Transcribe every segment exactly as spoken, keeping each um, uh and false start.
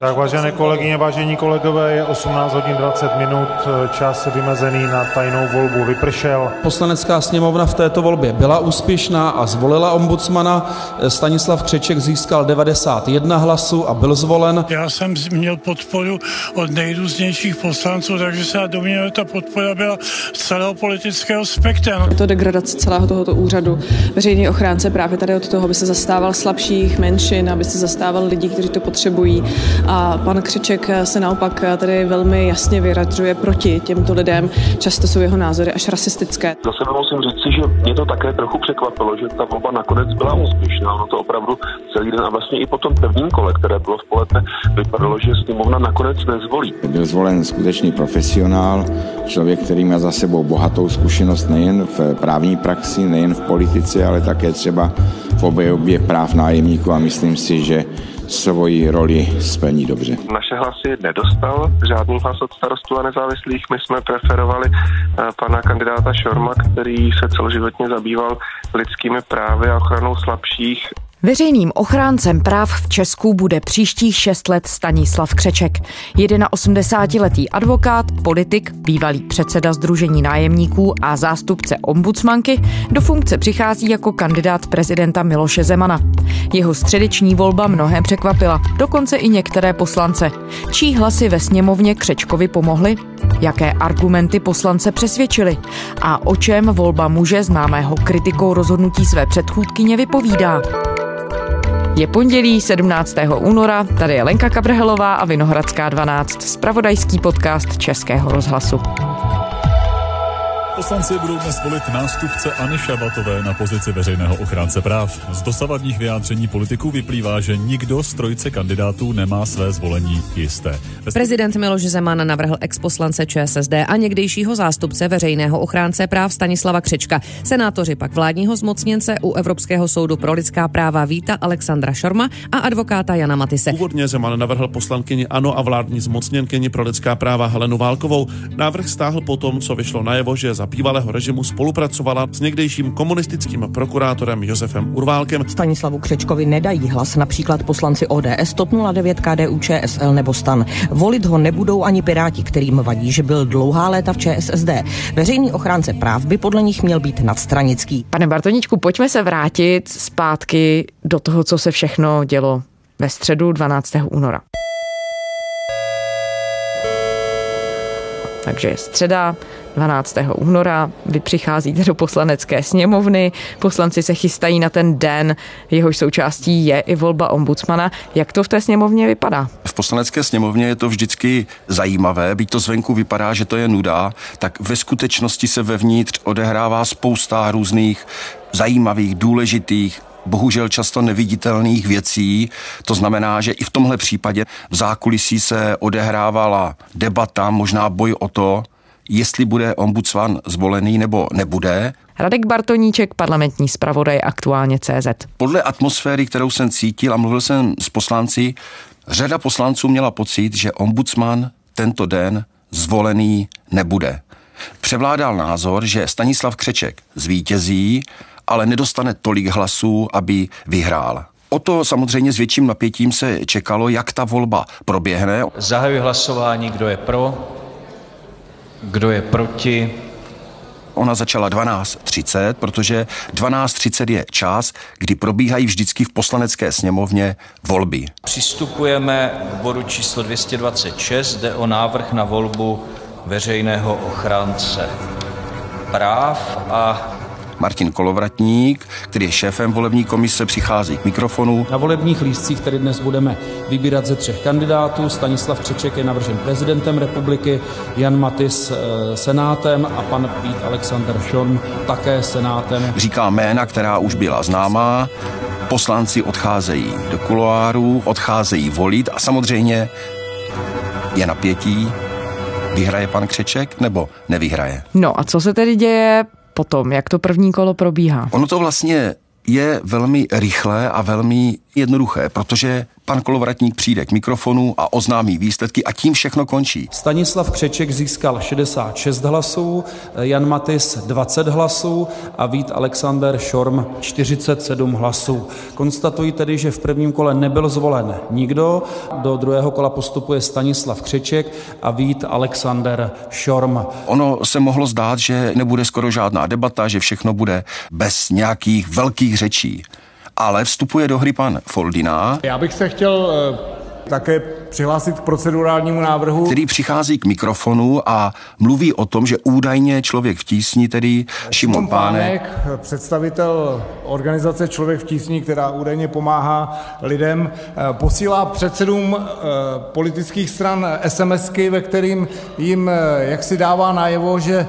Tak vážené kolegyně, vážení kolegové, je osmnáct hodin dvacet minut, čas vymezený na tajnou volbu vypršel. Poslanecká sněmovna v této volbě byla úspěšná a zvolila ombudsmana. Stanislav Křeček získal devadesát jedna hlasů a byl zvolen. Já jsem měl podporu od nejrůznějších poslanců, takže se já domnívám, že ta podpora byla z celého politického spektra. Je to degradace celého tohoto úřadu. Veřejný ochránce právě tady od toho, aby se zastával slabších, menšin, aby se zastával lidí, kteří to potřebují. A pan Křeček se naopak tady velmi jasně vyjadřuje proti těmto lidem. Často jsou jeho názory až rasistické. Za sebe musím říct si, že mě to také trochu překvapilo, že ta volba nakonec byla úspěšná. No to opravdu celý den a vlastně i po tom prvním kole, které bylo v poledne, vypadalo, že sněmovna nakonec nezvolí. Byl zvolen skutečný profesionál, člověk, který má za sebou bohatou zkušenost nejen v právní praxi, nejen v politice, ale také třeba v obhajobě práv nájemníků a myslím si, že svoji roli splní dobře. Naše hlasy nedostal žádný hlas od Starostů a nezávislých. My jsme preferovali pana kandidáta Šorma, který se celoživotně zabýval lidskými právy a ochranou slabších. Veřejným ochráncem práv v Česku bude příštích šest let Stanislav Křeček. osmdesátiletý advokát, politik, bývalý předseda Sdružení nájemníků a zástupce ombudsmanky do funkce přichází jako kandidát prezidenta Miloše Zemana. Jeho středeční volba mnohé překvapila, dokonce i některé poslance. Čí hlasy ve sněmovně Křečkovi pomohly? Jaké argumenty poslance přesvědčily? A o čem volba muže známého kritikou rozhodnutí své předchůdkyně vypovídá? Je pondělí sedmnáctého února, tady je Lenka Kabrhelová a Vinohradská dvanáct, zpravodajský podcast Českého rozhlasu. Poslanci budou dnes volit nástupce Anny Šabatové na pozici veřejného ochránce práv. Z dosavadních vyjádření politiků vyplývá, že nikdo z trojice kandidátů nemá své zvolení jisté. Prezident Miloš Zeman navrhl exposlance ČSSD a někdejšího zástupce veřejného ochránce práv Stanislava Křečka. Senátoři pak vládního zmocněnce u Evropského soudu pro lidská práva Víta Alexandra Šorma a advokáta Jana Matise. Původně Zeman navrhl poslankyni ANO a vládní zmocněnkyni pro lidská práva Helenu Válkovou. Návrh stáhl potom, co vyšlo najevo, že za bývalého režimu spolupracovala s někdejším komunistickým prokurátorem Josefem Urválkem. Stanislavu Křečkovi nedají hlas například poslanci O D S, TOP nula devět, K D U Č S L nebo STAN. Volit ho nebudou ani Piráti, kterým vadí, že byl dlouhá léta v Č S S D. Veřejný ochránce práv by podle nich měl být nadstranický. Pane Bartoníčku, pojďme se vrátit zpátky do toho, co se všechno dělo ve středu dvanáctého února. Takže je středa, dvanáctého února, vy přicházíte do poslanecké sněmovny, poslanci se chystají na ten den, jehož součástí je i volba ombudsmana. Jak to v té sněmovně vypadá? V poslanecké sněmovně je to vždycky zajímavé, byť to zvenku vypadá, že to je nuda, tak ve skutečnosti se vevnitř odehrává spousta různých zajímavých, důležitých, bohužel často neviditelných věcí. To znamená, že i v tomhle případě v zákulisí se odehrávala debata, možná boj o to, jestli bude ombudsman zvolený nebo nebude. Radek Bartoníček, parlamentní zpravodaj Aktuálně tečka cé zet. Podle atmosféry, kterou jsem cítil a mluvil jsem s poslanci, řada poslanců měla pocit, že ombudsman tento den zvolený nebude. Převládal názor, že Stanislav Křeček zvítězí, ale nedostane tolik hlasů, aby vyhrál. O to samozřejmě s větším napětím se čekalo, jak ta volba proběhne. Zahajuji hlasování, kdo je pro, kdo je proti. Ona začala dvanáct třicet, protože dvanáct třicet je čas, kdy probíhají vždycky v poslanecké sněmovně volby. Přistupujeme k bodu číslo dvě stě dvacet šest, jde o návrh na volbu veřejného ochránce práv a Martin Kolovratník, který je šéfem volební komise, přichází k mikrofonu. Na volebních lístcích tedy dnes budeme vybírat ze třech kandidátů. Stanislav Křeček je navržen prezidentem republiky, Jan Matis e, senátem a pan Vít Alexander Šorm také senátem. Říká jména, která už byla známá. Poslanci odcházejí do kuloárů, odcházejí volit a samozřejmě je napětí. Vyhraje pan Křeček nebo nevyhraje? No a co se tedy děje potom, jak to první kolo probíhá? Ono to vlastně je velmi rychlé a velmi Jednoduché, protože pan Kolovratník přijde k mikrofonu a oznámí výsledky a tím všechno končí. Stanislav Křeček získal šedesát šest hlasů, Jan Matys dvacet hlasů a Vít Alexander Šorm čtyřicet sedm hlasů. Konstatuji tedy, že v prvním kole nebyl zvolen nikdo, do druhého kola postupuje Stanislav Křeček a Vít Alexander Šorm. Ono se mohlo zdát, že nebude skoro žádná debata, že všechno bude bez nějakých velkých řečí. Ale vstupuje do hry pan Foldyna. Já bych se chtěl e, také přihlásit k procedurálnímu návrhu, který přichází k mikrofonu a mluví o tom, že údajně Člověk v tísni, tedy Šimon Pánek, představitel organizace Člověk v tísni, která údajně pomáhá lidem, posílá předsedům e, politických stran SMSky, ve kterým jim e, jaksi dává najevo, že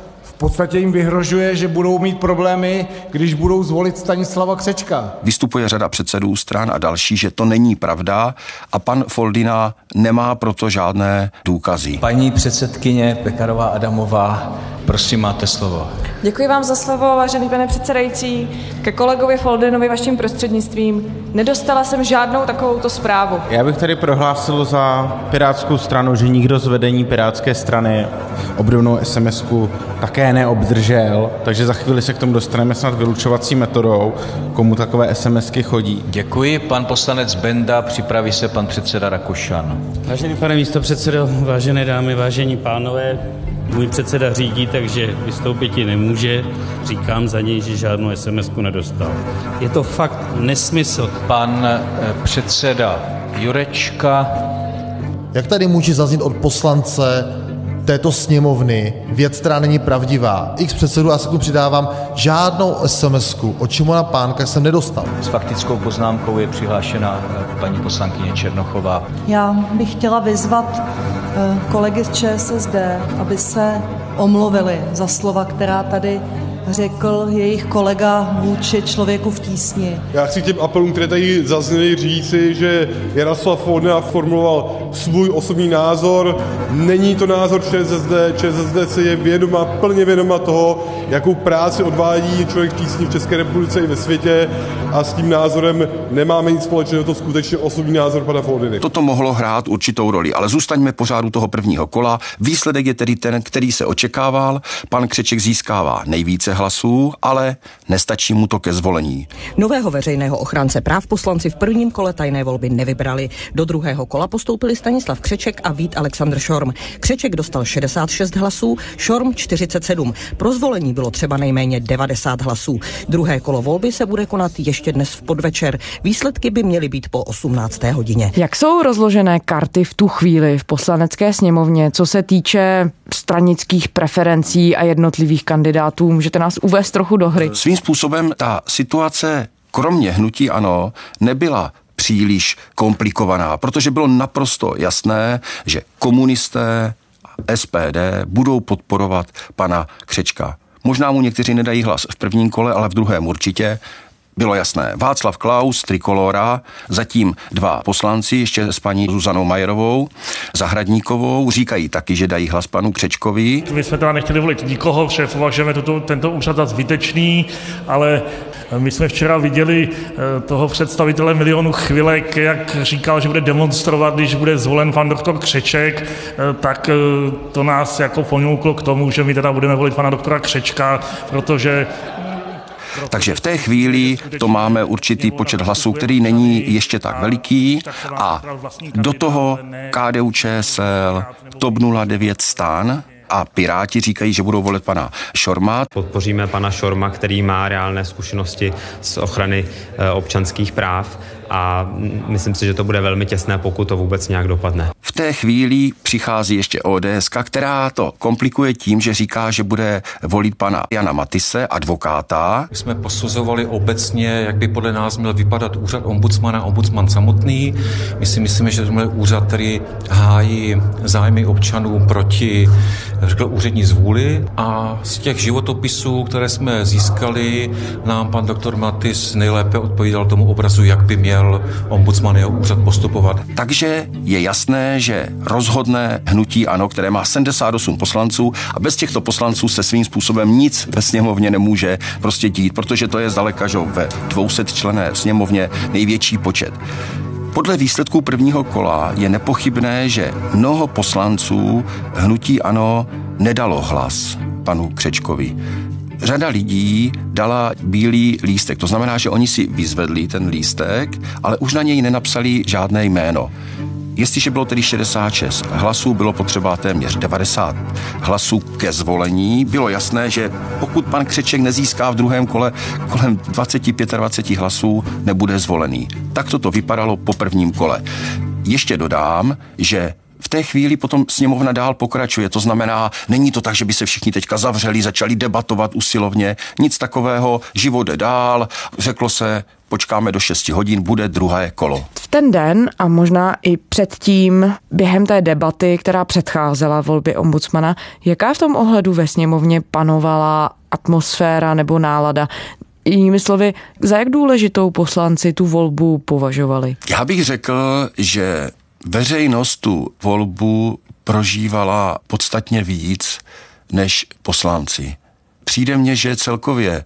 v podstatě jim vyhrožuje, že budou mít problémy, když budou zvolit Stanislava Křečka. Vystupuje řada předsedů stran a další, že to není pravda a pan Foldyna nemá proto žádné důkazy. Paní předsedkyně Pekarová Adamová, prosím, máte slovo. Děkuji vám za slovo, vážený pane předsedající. Ke kolegovi Foldynovi vaším prostřednictvím. Nedostala jsem žádnou takovouto zprávu. Já bych tady prohlásil za Pirátskou stranu, že nikdo z vedení Pirátské strany obdobnou SMSku také neobdržel, takže za chvíli se k tomu dostaneme snad vylučovací metodou, komu takové SMSky chodí. Děkuji, pan poslanec Benda, připraví se pan předseda Rakušan. Vážený pane místopředsedo, vážené dámy, vážení pánové, můj předseda řídí, takže vystoupit nemůže. Říkám za něj, že žádnou SMSku nedostal. Je to fakt nesmysl. Pan předseda Jurečka. Jak tady může zaznít od poslance této sněmovny věc, která není pravdivá? X předsedu, já se k tomu přidávám, žádnou SMSku od Šimona Pánka jsem nedostal. S faktickou poznámkou je přihlášena paní poslankyně Černochová. Já bych chtěla vyzvat kolegy z ČSSD, aby se omluvili za slova, která tady řekl jejich kolega vůči Člověku v tísni. Já chci těm apelům, které tady zazněly, říci, že Jaroslav Foldyna formuloval svůj osobní názor. Není to názor ČSSD. ČSSD se je vědoma, plně vědoma toho, jakou práci odvádí Člověk v tísni v České republice i ve světě a s tím názorem nemáme nic společného, to skutečně osobní názor pana Foldyny. Toto mohlo hrát určitou roli, ale zůstaňme pořád u toho prvního kola. Výsledek je tedy ten, který se očekával. Pan Křeček získává nejvíce hlasů, ale nestačí mu to ke zvolení. Nového veřejného ochránce práv poslanci v prvním kole tajné volby nevybrali. Do druhého kola postoupili Stanislav Křeček a Vít Alexander Šorm. Křeček dostal šedesát šest hlasů, Šorm čtyřicet sedm. Pro zvolení bylo třeba nejméně devadesát hlasů. Druhé kolo volby se bude konat ještě dnes v podvečer. Výsledky by měly být po osmnácté hodině. Jak jsou rozložené karty v tu chvíli v Poslanecké sněmovně, co se týče stranických preferencí a jednotlivých kandidátů? Můžete nás uvést trochu do hry? Svým způsobem ta situace, kromě hnutí ANO, nebyla příliš komplikovaná, protože bylo naprosto jasné, že komunisté a S P D budou podporovat pana Křečka. Možná mu někteří nedají hlas v prvním kole, ale v druhém určitě. Bylo jasné. Václav Klaus, Trikolóra, zatím dva poslanci, ještě s paní Zuzanou Majerovou, Zahradníkovou, říkají taky, že dají hlas panu Křečkovi. My jsme teda nechtěli volit nikoho, protože považujeme tuto, tento úřad za zbytečný, ale my jsme včera viděli toho představitele Milionu chvilek, jak říkal, že bude demonstrovat, když bude zvolen pan doktor Křeček, tak to nás jako ponouklo k tomu, že my teda budeme volit pana doktora Křečka, protože Takže v té chvíli to máme určitý počet hlasů, který není ještě tak veliký a do toho K D U Č S L, TOP nula devět, STAN a Piráti říkají, že budou volit pana Šorma. Podpoříme pana Šorma, který má reálné zkušenosti z ochrany občanských práv a myslím si, že to bude velmi těsné, pokud to vůbec nějak dopadne. V té chvíli přichází ještě O D S, která to komplikuje tím, že říká, že bude volit pana Jana Matyse, advokáta. My jsme posuzovali obecně, jak by podle nás měl vypadat úřad ombudsmana, ombudsman samotný. My si myslíme, že to je úřad, který hájí zájmy občanů proti, řekl, úřední zvůli, a z těch životopisů, které jsme získali, nám pan doktor Matys nejlépe odpovídal tomu obrazu, jak by měl měl ombudsman jeho úřad postupovat. Takže je jasné, že rozhodne hnutí ANO, které má sedmdesát osm poslanců a bez těchto poslanců se svým způsobem nic ve sněmovně nemůže prostě dít, protože to je zdaleka, že ve dvousetčlenné sněmovně největší počet. Podle výsledků prvního kola je nepochybné, že mnoho poslanců hnutí ANO nedalo hlas panu Křečkovi. Řada lidí dala bílý lístek, to znamená, že oni si vyzvedli ten lístek, ale už na něj nenapsali žádné jméno. Jestliže bylo tedy šedesát šest hlasů, bylo potřeba téměř devadesát hlasů ke zvolení. Bylo jasné, že pokud pan Křeček nezíská v druhém kole kolem dvacet pět dvacet hlasů, nebude zvolený. Tak to vypadalo po prvním kole. Ještě dodám, že v té chvíli potom sněmovna dál pokračuje, to znamená, není to tak, že by se všichni teďka zavřeli, začali debatovat usilovně, nic takového, život jde dál, řeklo se, počkáme do šesti hodin, bude druhé kolo. V ten den a možná i předtím, během té debaty, která předcházela volbě ombudsmana, jaká v tom ohledu ve sněmovně panovala atmosféra nebo nálada? Jinými slovy, za jak důležitou poslanci tu volbu považovali? Já bych řekl, že veřejnost tu volbu prožívala podstatně víc než poslanci. Přijde mně, že celkově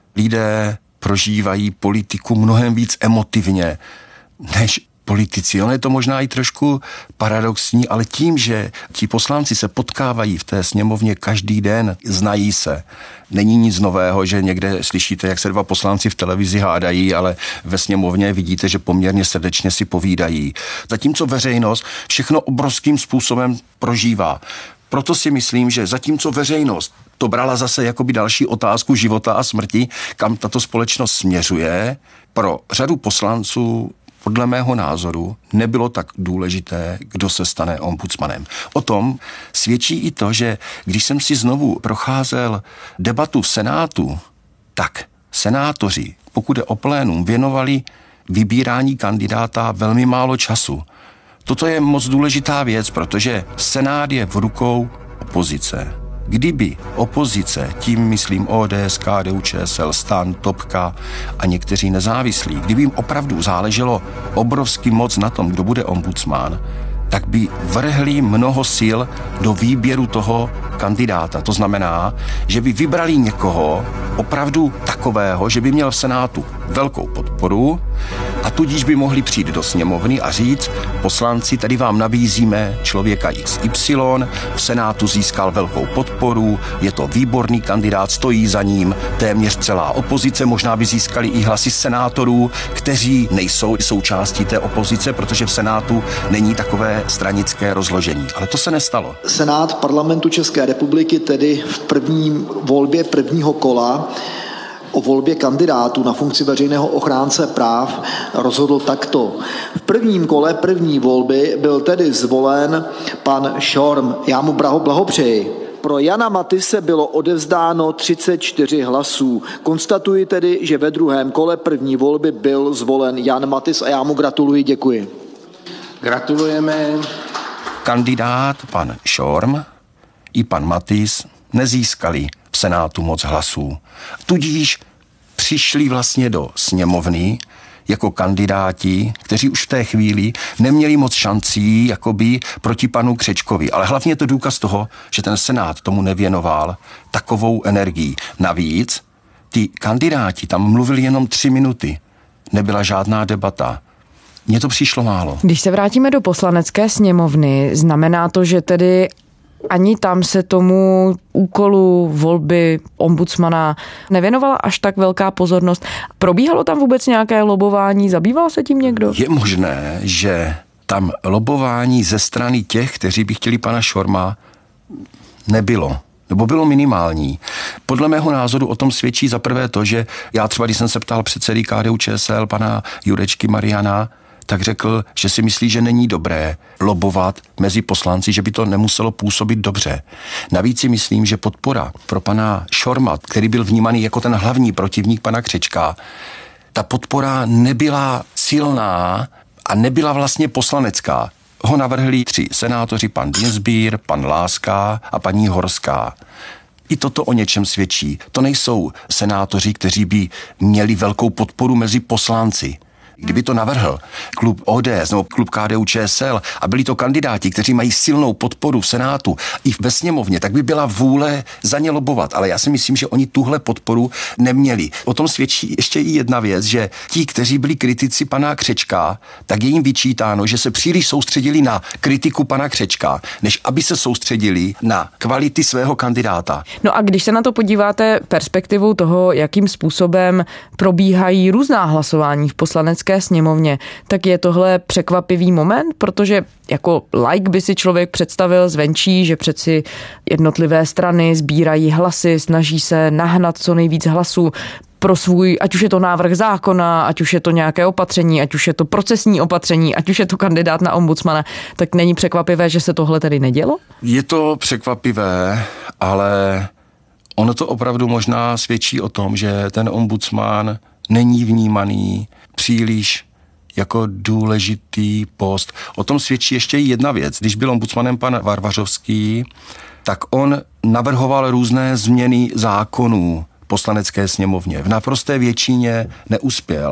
lidé prožívají politiku mnohem víc emotivně než politici. Ono je to možná i trošku paradoxní, ale tím, že ti poslanci se potkávají v té sněmovně každý den, znají se. Není nic nového, že někde slyšíte, jak se dva poslanci v televizi hádají, ale ve sněmovně vidíte, že poměrně srdečně si povídají. Zatímco veřejnost všechno obrovským způsobem prožívá. Proto si myslím, že zatímco veřejnost to brala zase jakoby další otázku života a smrti, kam tato společnost směřuje, pro řadu poslanců podle mého názoru nebylo tak důležité, kdo se stane ombudsmanem. O tom svědčí i to, že když jsem si znovu procházel debatu v Senátu, tak senátoři, pokud je o plénum, věnovali vybírání kandidáta velmi málo času. Toto je moc důležitá věc, protože Senát je v rukou opozice. Kdyby opozice, tím myslím O D S, K D U Č S L, STAN, Topka a někteří nezávislí, kdyby jim opravdu záleželo obrovský moc na tom, kdo bude ombudsman, tak by vrhli mnoho sil do výběru toho kandidáta. To znamená, že by vybrali někoho opravdu takového, že by měl v Senátu velkou podporu a tudíž by mohli přijít do sněmovny a říct, poslanci, tady vám nabízíme člověka X Y, v Senátu získal velkou podporu, je to výborný kandidát, stojí za ním téměř celá opozice, možná by získali i hlasy senátorů, kteří nejsou součástí té opozice, protože v Senátu není takové stranické rozložení. Ale to se nestalo. Senát Parlamentu České republiky tedy v první volbě prvního kola o volbě kandidátů na funkci veřejného ochránce práv rozhodl takto. V prvním kole první volby byl tedy zvolen pan Šorm. Já mu blahopřeji. Pro Jana Matise bylo odevzdáno třicet čtyři hlasů. Konstatuji tedy, že ve druhém kole první volby byl zvolen Jan Matis a já mu gratuluji, děkuji. Gratulujeme. Kandidát pan Šorm i pan Matis nezískali v Senátu moc hlasů. Tudíž přišli vlastně do sněmovny jako kandidáti, kteří už v té chvíli neměli moc šancí jakoby proti panu Křečkovi. Ale hlavně je to důkaz toho, že ten Senát tomu nevěnoval takovou energii. Navíc ty kandidáti tam mluvili jenom tři minuty. Nebyla žádná debata. Mně to přišlo málo. Když se vrátíme do poslanecké sněmovny, znamená to, že tedy ani tam se tomu úkolu volby ombudsmana nevěnovala až tak velká pozornost. Probíhalo tam vůbec nějaké lobování? Zabýval se tím někdo? Je možné, že tam lobování ze strany těch, kteří by chtěli pana Šorma, nebylo. Nebo bylo minimální. Podle mého názoru o tom svědčí za prvé to, že já třeba, když jsem se ptal předsedy K D U Č S L, pana Jurečky Mariana, tak řekl, že si myslí, že není dobré lobovat mezi poslanci, že by to nemuselo působit dobře. Navíc si myslím, že podpora pro pana Šorma, který byl vnímaný jako ten hlavní protivník pana Křečka, ta podpora nebyla silná a nebyla vlastně poslanecká. Ho navrhli tři senátoři, pan Dienstbier, pan Láska a paní Horská. I toto o něčem svědčí. To nejsou senátoři, kteří by měli velkou podporu mezi poslanci. Kdyby to navrhl klub O D S nebo klub K D U Č S L a byli to kandidáti, kteří mají silnou podporu v Senátu i ve sněmovně, tak by byla vůle za ně lobovat. Ale já si myslím, že oni tuhle podporu neměli. O tom svědčí ještě i jedna věc, že ti, kteří byli kritici pana Křečka, tak je jim vyčítáno, že se příliš soustředili na kritiku pana Křečka, než aby se soustředili na kvality svého kandidáta. No a když se na to podíváte perspektivou toho, jakým způsobem probíhají různá hlasování v poslanecké sněmovně, tak je tohle překvapivý moment, protože jako laik by si člověk představil zvenčí, že přeci jednotlivé strany sbírají hlasy, snaží se nahnat co nejvíc hlasů pro svůj, ať už je to návrh zákona, ať už je to nějaké opatření, ať už je to procesní opatření, ať už je to kandidát na ombudsmana, tak není překvapivé, že se tohle tedy nedělo? Je to překvapivé, ale ono to opravdu možná svědčí o tom, že ten ombudsman není vnímaný příliš jako důležitý post. O tom svědčí ještě jedna věc. Když byl ombudsmanem pan Varvařovský, tak on navrhoval různé změny zákonů poslanecké sněmovně. V naprosté většině neuspěl.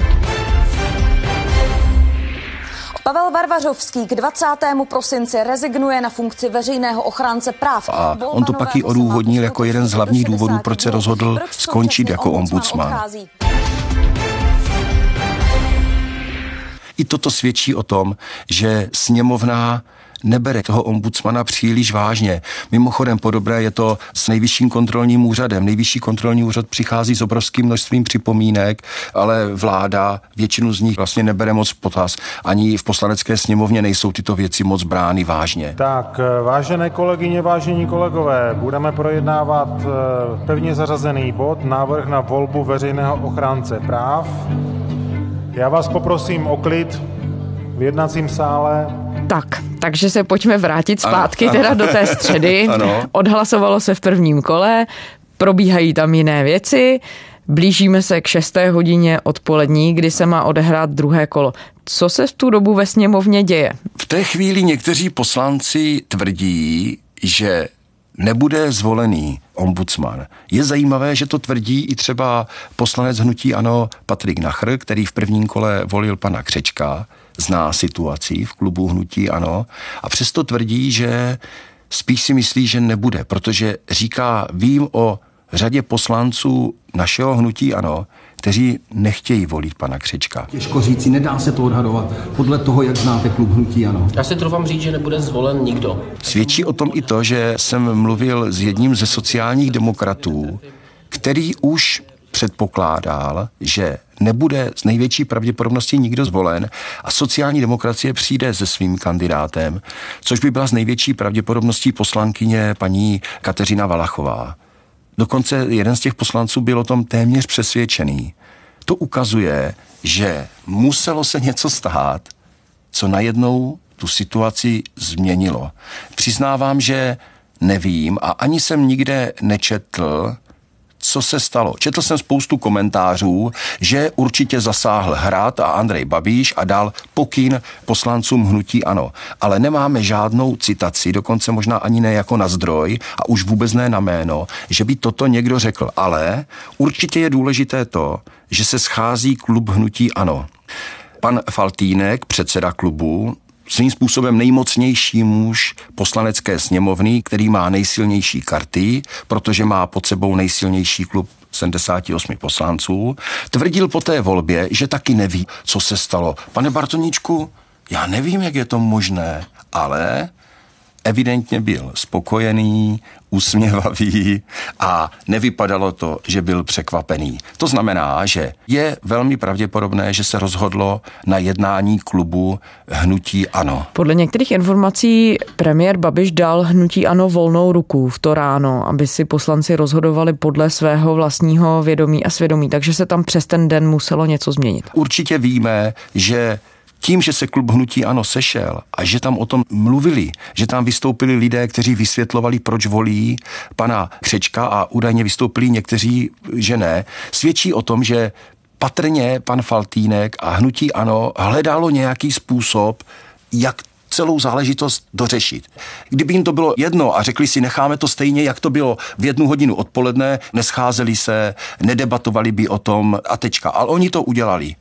Pavel Varvařovský k dvacátému prosinci rezignuje na funkci veřejného ochránce práv. A on to pak i odůvodnil jako jeden z hlavních důvodů, proč se rozhodl skončit jako ombudsman. I toto svědčí o tom, že sněmovna nebere toho ombudsmana příliš vážně. Mimochodem podobné je to s nejvyšším kontrolním úřadem. Nejvyšší kontrolní úřad přichází s obrovským množstvím připomínek, ale vláda většinu z nich vlastně nebere moc v potaz. Ani v poslanecké sněmovně nejsou tyto věci moc brány vážně. Tak, vážené kolegyně, vážení kolegové, budeme projednávat pevně zařazený bod, návrh na volbu veřejného ochránce práv. Já vás poprosím o klid v jednacím sále. Tak, takže se pojďme vrátit zpátky ano, teda ano. do té středy. Ano. Odhlasovalo se v prvním kole, probíhají tam jiné věci, blížíme se k šesté hodině odpolední, kdy se má odehrát druhé kolo. Co se v tu dobu ve sněmovně děje? V té chvíli někteří poslanci tvrdí, že nebude zvolený ombudsman. Je zajímavé, že to tvrdí i třeba poslanec hnutí ANO Patrik Nachr, který v prvním kole volil pana Křečka, zná situaci v klubu hnutí ANO a přesto tvrdí, že spíš si myslí, že nebude, protože říká, vím o řadě poslanců našeho hnutí ANO, kteří nechtějí volit pana Křečka. Těžko říci, nedá se to odhadovat podle toho, jak znáte klub hnutí ANO. Já si troufám říct, že nebude zvolen nikdo. Svědčí o tom i to, že jsem mluvil s jedním ze sociálních demokratů, který už předpokládal, že nebude s největší pravděpodobností nikdo zvolen a sociální demokracie přijde se svým kandidátem, což by byla s největší pravděpodobností poslankyně paní Kateřina Valachová. Dokonce jeden z těch poslanců byl o tom téměř přesvědčený. To ukazuje, že muselo se něco stát, co najednou tu situaci změnilo. Přiznávám, že nevím a ani jsem nikde nečetl, co se stalo. Četl jsem spoustu komentářů, že určitě zasáhl Hrad a Andrej Babiš a dal pokyn poslancům hnutí ANO. Ale nemáme žádnou citaci, dokonce možná ani ne jako na zdroj a už vůbec ne na jméno, že by toto někdo řekl. Ale určitě je důležité to, že se schází klub hnutí ANO. Pan Faltýnek, předseda klubu, svým způsobem nejmocnější muž poslanecké sněmovny, který má nejsilnější karty, protože má pod sebou nejsilnější klub sedmdesát osm poslanců, tvrdil po té volbě, že taky neví, co se stalo. Pane Bartoníčku, já nevím, jak je to možné, ale evidentně byl spokojený, usměvavý a nevypadalo to, že byl překvapený. To znamená, že je velmi pravděpodobné, že se rozhodlo na jednání klubu hnutí ANO. Podle některých informací premiér Babiš dal hnutí ANO volnou ruku v to ráno, aby si poslanci rozhodovali podle svého vlastního vědomí a svědomí, takže se tam přes ten den muselo něco změnit. Určitě víme, že tím, že se klub hnutí ANO sešel a že tam o tom mluvili, že tam vystoupili lidé, kteří vysvětlovali, proč volí pana Křečka a údajně vystoupili někteří, že ne, svědčí o tom, že patrně pan Faltýnek a hnutí ANO hledalo nějaký způsob, jak celou záležitost dořešit. Kdyby jim to bylo jedno a řekli si, necháme to stejně, jak to bylo v jednu hodinu odpoledne, nescházeli se, nedebatovali by o tom a tečka. Ale oni to udělali.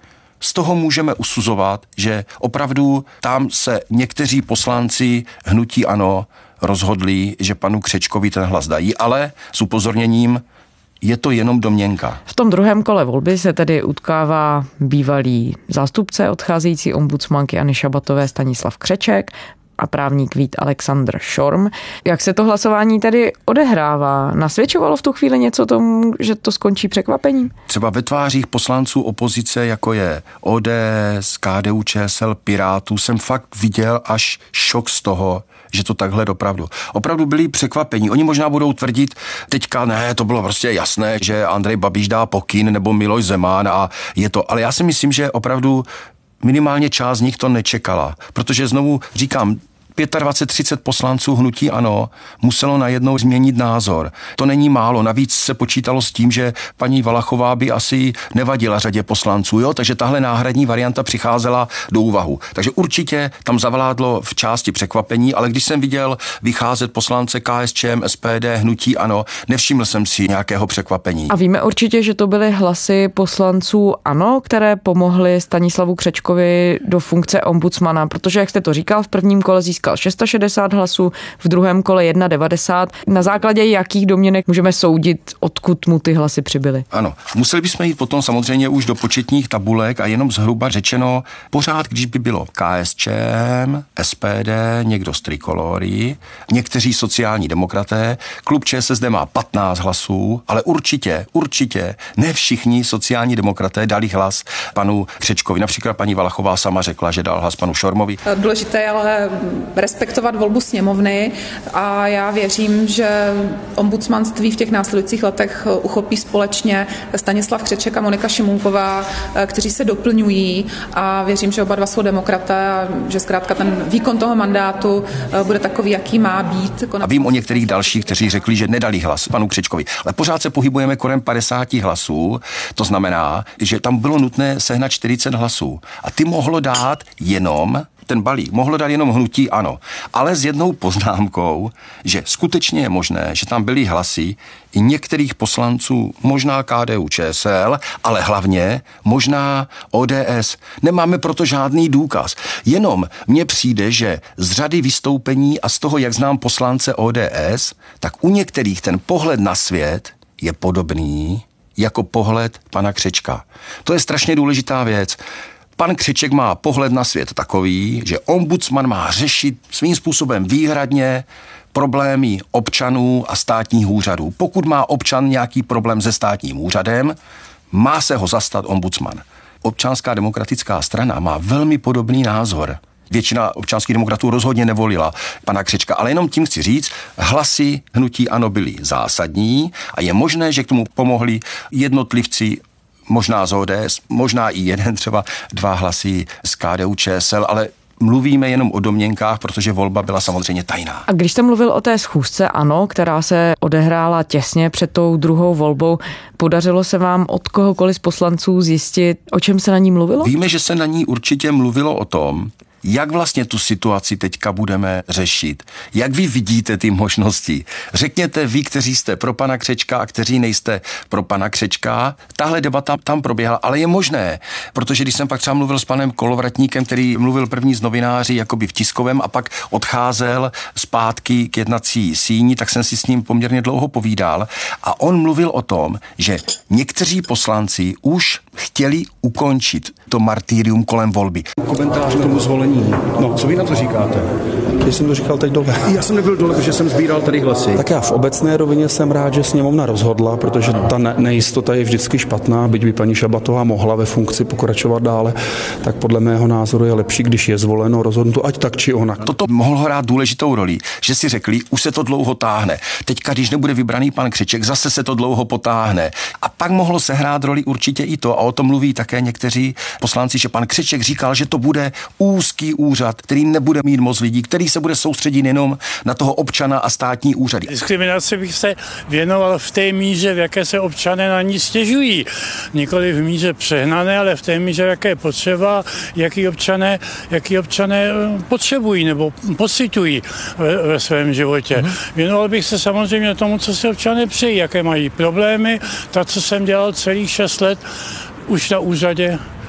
z toho můžeme usuzovat, že opravdu tam se někteří poslanci hnutí ANO rozhodli, že panu Křečkovi ten hlas dají, ale s upozorněním, je to jenom domněnka. V tom druhém kole volby se tedy utkává bývalý zástupce odcházející ombudsmanky Anny Šabatové Stanislav Křeček a právník Vít Alexander Šorm. Jak se to hlasování tedy odehrává? Nasvědčovalo v tu chvíli něco tomu, že to skončí překvapením? Třeba ve tvářích poslanců opozice, jako je O D S, K D U Č S L, Pirátů, jsem fakt viděl až šok z toho, že to takhle dopravdu. Opravdu byli překvapení. Oni možná budou tvrdit, teďka ne, to bylo prostě jasné, že Andrej Babiš dá pokyn nebo Miloš Zeman a je to. Ale já si myslím, že opravdu minimálně část z nich to nečekala. Protože znovu říkám, dvacet pět třicet poslanců hnutí ANO muselo najednou změnit názor. To není málo. Navíc se počítalo s tím, že paní Valachová by asi nevadila řadě poslanců, jo? Takže tahle náhradní varianta přicházela do úvahu. Takže určitě tam zavládlo v části překvapení, ale když jsem viděl vycházet poslance K S Č M, S P D, hnutí ANO, nevšiml jsem si nějakého překvapení. A víme určitě, že to byly hlasy poslanců ANO, které pomohly Stanislavu Křečkovi do funkce ombudsmana, protože, jak jste to říkal, v prvním kole získal šedesát šest hlasů, v druhém kole devadesát jedna. Na základě jakých domněnek můžeme soudit, odkud mu ty hlasy přibyly? Ano, museli bychom jít potom samozřejmě už do početních tabulek a jenom zhruba řečeno, pořád, když by bylo K S Č M, S P D, někdo z Trikolory, někteří sociální demokraté, klub Č S S D má patnáct hlasů, ale určitě, určitě ne všichni sociální demokraté dali hlas panu Křečkovi. Například paní Valachová sama řekla, že dal hlas panu Šormovi. Důležité je ale respektovat volbu sněmovny a já věřím, že ombudsmanství v těch následujících letech uchopí společně Stanislav Křeček a Monika Šimůnková, kteří se doplňují a věřím, že oba dva jsou demokraté a že zkrátka ten výkon toho mandátu bude takový, jaký má být. A vím o některých dalších, kteří řekli, že nedali hlas panu Křečkovi, ale pořád se pohybujeme kolem padesát hlasů, to znamená, že tam bylo nutné sehnat čtyřicet hlasů a ty mohlo dát jenom ten balík mohlo dát jenom hnutí ANO, ale s jednou poznámkou, že skutečně je možné, že tam byly hlasy i některých poslanců, možná K D U Č S L, ale hlavně možná O D S. Nemáme proto žádný důkaz. Jenom mně přijde, že z řady vystoupení a z toho, jak znám poslance O D S, tak u některých ten pohled na svět je podobný jako pohled pana Křečka. To je strašně důležitá věc. Pan Křeček má pohled na svět takový, že ombudsman má řešit svým způsobem výhradně problémy občanů a státních úřadů. Pokud má občan nějaký problém se státním úřadem, má se ho zastat ombudsman. Občanská demokratická strana má velmi podobný názor. Většina občanských demokratů rozhodně nevolila pana Křečka, ale jenom tím chci říct, hlasy hnutí ANO byly zásadní a je možné, že k tomu pomohli jednotlivci, možná z O D S, možná i jeden, třeba dva hlasy z K D U Č S L, ale mluvíme jenom o domněnkách, protože volba byla samozřejmě tajná. A když jste mluvil o té schůzce ANO, která se odehrála těsně před tou druhou volbou, podařilo se vám od kohokoliv z poslanců zjistit, o čem se na ní mluvilo? Víme, že se na ní určitě mluvilo o tom, jak vlastně tu situaci teďka budeme řešit? Jak vy vidíte ty možnosti? Řekněte vy, kteří jste pro pana Křečka a kteří nejste pro pana Křečka. Tahle debata tam proběhla, ale je možné, protože když jsem pak třeba mluvil s panem Kolovratníkem, který mluvil první z novináři jakoby v tiskovém a pak odcházel zpátky k jednací síni, tak jsem si s ním poměrně dlouho povídal a on mluvil o tom, že někteří poslanci už chtěli ukončit to martýrium kolem volby. Komentář k tomu zvolení. No, co vy na to říkáte? Já jsem to říkal teď dole. Já jsem nebyl dole, protože jsem sbíral tady hlasy. Tak já v obecné rovině jsem rád, že sněmovna rozhodla, protože ta ne- nejistota je vždycky špatná, byť by paní Šabatová mohla ve funkci pokračovat dále, tak podle mého názoru je lepší, když je zvoleno, rozhodnuto, ať tak či onak. Toto mohlo hrát důležitou roli, že si řekli, už se to dlouho táhne. Teďka, když nebude vybraný pan Křeček, zase se to dlouho potáhne. A pak mohlo sehrát roli určitě i to, a o tom mluví také někteří poslanci, že pan Křeček říkal, že to bude úzký úřad, který nebude mít moc lidí, který se bude soustředit jenom na toho občana a státní úřady. Diskriminace bych se věnoval v té míře, v jaké se občané na ní stěžují. Nikoli v míře přehnané, ale v té míře, jaké je potřeba, jaký občané, jaký občané potřebují nebo pocitují ve, ve svém životě. Hmm. Věnoval bych se samozřejmě tomu, co se občané přejí, jaké mají problémy. To, co jsem dělal celých šest let už na úřadě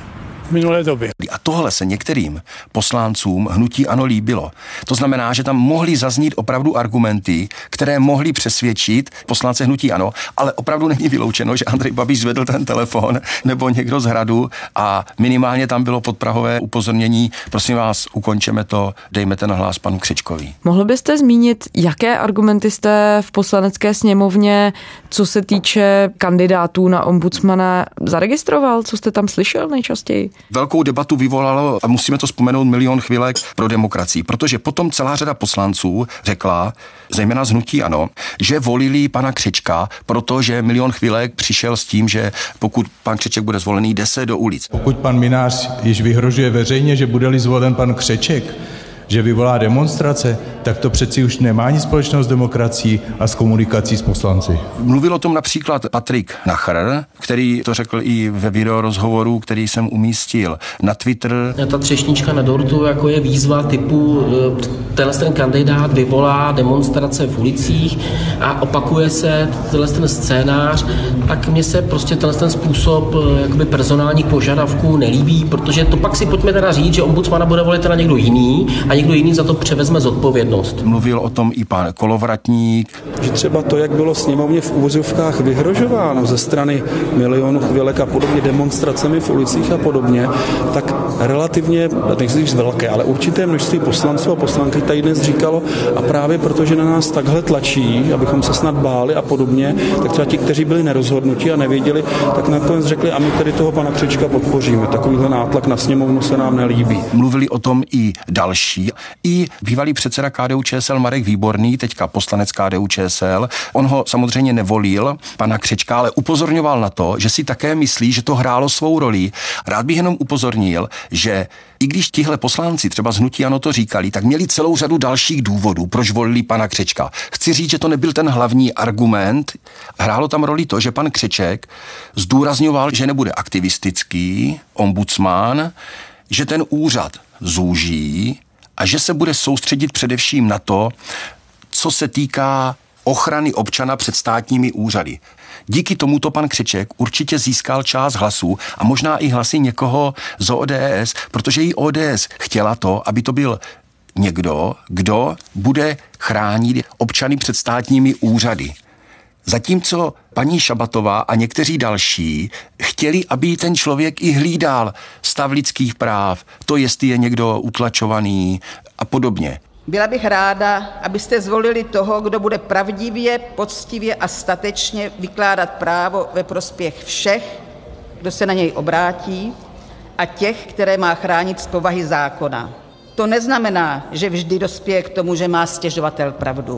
v minulé době. A tohle se některým poslancům hnutí ANO líbilo. To znamená, že tam mohly zaznít opravdu argumenty, které mohly přesvědčit poslance hnutí ANO, ale opravdu není vyloučeno, že Andrej Babiš zvedl ten telefon nebo někdo z Hradu a minimálně tam bylo podprahové upozornění, prosím vás, ukončeme to, dejme ten hlas panu Křečkovi. Mohl byste zmínit, jaké argumenty jste v Poslanecké sněmovně, co se týče kandidátů na ombudsmana, zaregistroval? Co jste tam slyšel nejčastěji? Velkou debatu vyvolalo, a musíme to vzpomenout, Milion chvilek pro demokracii, protože potom celá řada poslanců řekla, zejména z hnutí ANO, že volili pana Křečka, protože Milion chvilek přišel s tím, že pokud pan Křeček bude zvolený, jde se do ulic. Pokud pan Minář již vyhrožuje veřejně, že bude-li zvolen pan Křeček, že vyvolá demonstrace, tak to přeci už nemá nic společného s demokracií a s komunikací s poslanci. Mluvil o tom například Patrik Nacher, který to řekl i ve videorozhovoru, který jsem umístil na Twitter. Ta třešnička na dortu jako je výzva typu tenhle ten kandidát vyvolá demonstrace v ulicích a opakuje se tenhle ten scénář, tak mně se prostě tenhle ten způsob jakoby personálních požadavků nelíbí, protože to pak si pojďme teda říct, že ombudsmana bude volit teda někdo jiný a někdo jiný za to převezme zodpovědnost. Mluvil o tom i pan Kolovratník. Že třeba to, jak bylo sněmovně v úvozovkách vyhrožováno ze strany Milionu chvilek a podobně demonstracemi v ulicích a podobně, tak relativně, nechci říct velké, ale určité množství poslanců a poslanky tady dnes říkalo a právě protože na nás takhle tlačí, abychom se snad báli a podobně, tak třeba ti, kteří byli nerozhodnutí a nevěděli, tak nakonec řekli, a my tedy toho pana Křečka podpoříme. Takovýhle nátlak na sněmovnu se nám nelíbí. Mluvili o tom i další. I bývalý předseda K D U Č S L Marek Výborný, teďka poslanec K D U Č S L, on ho samozřejmě nevolil, pana Křečka, ale upozorňoval na to, že si také myslí, že to hrálo svou roli. Rád bych jenom upozornil, že i když tihle poslanci třeba z hnutí ANO to říkali, tak měli celou řadu dalších důvodů, proč volili pana Křečka. Chci říct, že to nebyl ten hlavní argument. Hrálo tam roli to, že pan Křeček zdůrazňoval, že nebude aktivistický ombudsman, že ten úřad zúží a že se bude soustředit především na to, co se týká ochrany občana před státními úřady. Díky tomuto pan Křeček určitě získal část hlasů a možná i hlasy někoho z O D S, protože i O D S chtěla to, aby to byl někdo, kdo bude chránit občany před státními úřady. Zatímco paní Šabatová a někteří další chtěli, aby ten člověk i hlídal stav lidských práv, to jestli je někdo utlačovaný a podobně. Byla bych ráda, abyste zvolili toho, kdo bude pravdivě, poctivě a statečně vykládat právo ve prospěch všech, kdo se na něj obrátí, a těch, které má chránit z povahy zákona. To neznamená, že vždy dospěje k tomu, že má stěžovatel pravdu.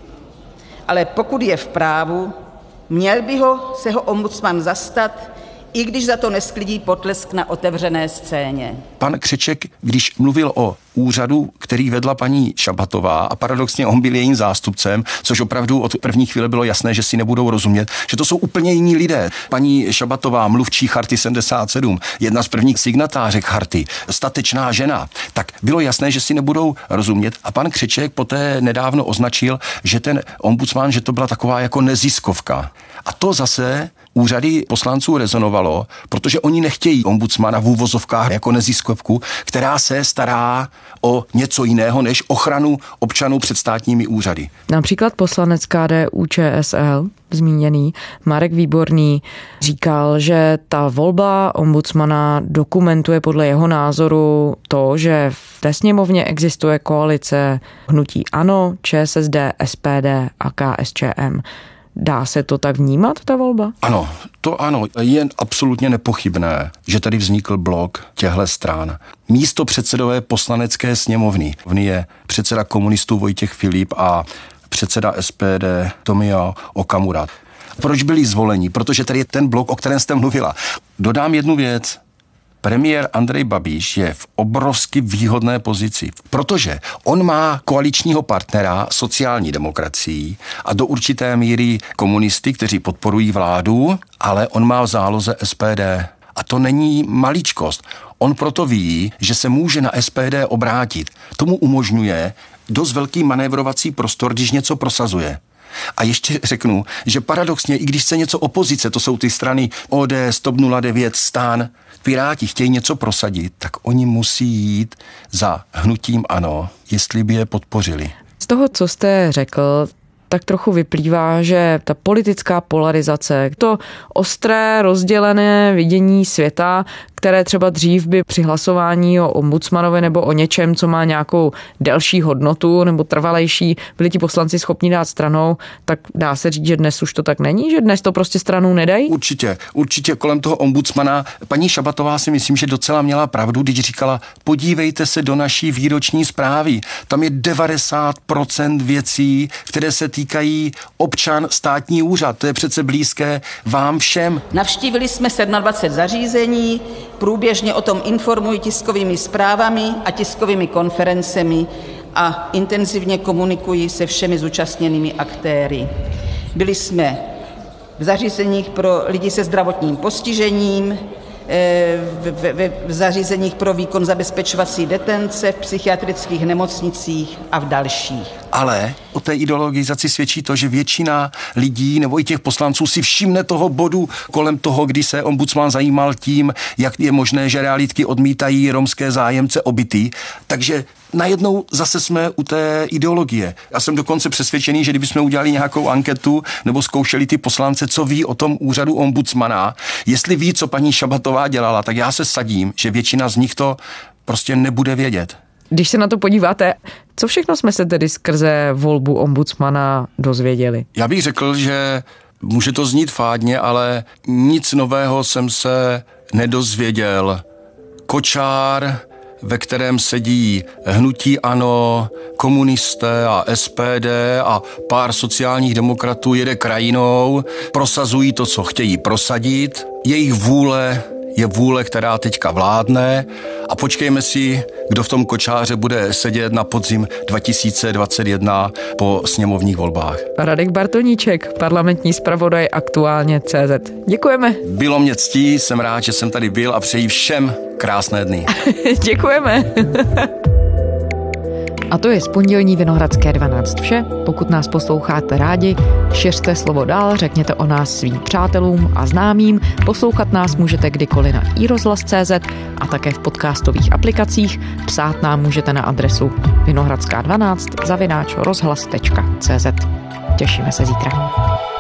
Ale pokud je v právu, měl by ho se ho ombudsman zastat, i když za to nesklidí potlesk na otevřené scéně. Pan Křeček, když mluvil o úřadu, který vedla paní Šabatová a paradoxně on byl jejím zástupcem, což opravdu od první chvíle bylo jasné, že si nebudou rozumět, že to jsou úplně jiní lidé. Paní Šabatová, mluvčí Charty sedmdesát sedm, jedna z prvních signatářek Charty, statečná žena, tak bylo jasné, že si nebudou rozumět a pan Křeček poté nedávno označil, že ten ombudsman, že to byla taková jako neziskovka. A to zase úřady poslanců rezonovalo, protože oni nechtějí ombudsmana v úvozovkách jako neziskovku, která se stará o něco jiného než ochranu občanů před státními úřady. Například poslanec K D U Č S L, zmíněný Marek Výborný, říkal, že ta volba ombudsmana dokumentuje podle jeho názoru to, že v té sněmovně existuje koalice hnutí ANO, Č S S D, S P D a K S Č M. Dá se to tak vnímat, ta volba? Ano, to ano. Je absolutně nepochybné, že tady vznikl blok těchto stran. Místo předsedové poslanecké sněmovny je předseda komunistů Vojtěch Filip a předseda S P D Tomio Okamura. Proč byli zvoleni? Protože tady je ten blok, o kterém jste mluvila. Dodám jednu věc. Premiér Andrej Babiš je v obrovsky výhodné pozici, protože on má koaličního partnera sociální demokracii a do určité míry komunisty, kteří podporují vládu, ale on má v záloze S P D. A to není maličkost. On proto ví, že se může na S P D obrátit. Tomu umožňuje dost velký manévrovací prostor, když něco prosazuje. A ještě řeknu, že paradoxně, i když chce něco opozice, to jsou ty strany O D S, TOP nula devět, STAN, Piráti chtějí něco prosadit, tak oni musí jít za hnutím ANO, jestli by je podpořili. Z toho, co jste řekl, tak trochu vyplývá, že ta politická polarizace, to ostré, rozdělené vidění světa, které třeba dřív by při hlasování o ombudsmanovi nebo o něčem, co má nějakou delší hodnotu nebo trvalejší, byli ti poslanci schopni dát stranou, tak dá se říct, že dnes už to tak není, že dnes to prostě stranou nedají? Určitě, určitě kolem toho ombudsmana. Paní Šabatová si myslím, že docela měla pravdu, když říkala, podívejte se do naší výroční zprávy. Tam je devadesát procent věcí, které se týkají občan, státní úřad. To je přece blízké vám všem. Navštívili jsme dvacet sedm zařízení, průběžně o tom informuji tiskovými zprávami a tiskovými konferencemi a intenzivně komunikuji se všemi zúčastněnými aktéry. Byli jsme v zařízeních pro lidi se zdravotním postižením, v, v, v zařízeních pro výkon zabezpečovací detence, v psychiatrických nemocnicích a v dalších. Ale o té ideologizaci svědčí to, že většina lidí nebo i těch poslanců si všimne toho bodu kolem toho, kdy se ombudsman zajímal tím, jak je možné, že realitky odmítají romské zájemce o byty. Takže najednou zase jsme u té ideologie. Já jsem dokonce přesvědčený, že kdybychom udělali nějakou anketu nebo zkoušeli ty poslance, co ví o tom úřadu ombudsmana, jestli ví, co paní Šabatová dělala, tak já se sadím, že většina z nich to prostě nebude vědět. Když se na to podíváte, co všechno jsme se tedy skrze volbu ombudsmana dozvěděli? Já bych řekl, že může to znít fádně, ale nic nového jsem se nedozvěděl. Kočár, ve kterém sedí hnutí ANO, komunisté a S P D a pár sociálních demokratů jede krajinou, prosazují to, co chtějí prosadit. Jejich vůle je vůle, která teďka vládne a počkejme si, kdo v tom kočáře bude sedět na podzim dva tisíce dvacet jedna po sněmovních volbách. Radek Bartoníček, parlamentní zpravodaj Aktuálně tečka cé zet. Děkujeme. Bylo mě ctí, jsem rád, že jsem tady byl a přeji všem krásné dny. Děkujeme. A to je z pondělní Vinohradské dvanáct vše. Pokud nás posloucháte rádi, šiřte slovo dál, řekněte o nás svým přátelům a známým. Poslouchat nás můžete kdykoliv na i rozhlas tečka cé zet a také v podcastových aplikacích. Psát nám můžete na adresu vinohradská dvanáct zavináč rozhlas tečka cé zet. Těšíme se zítra.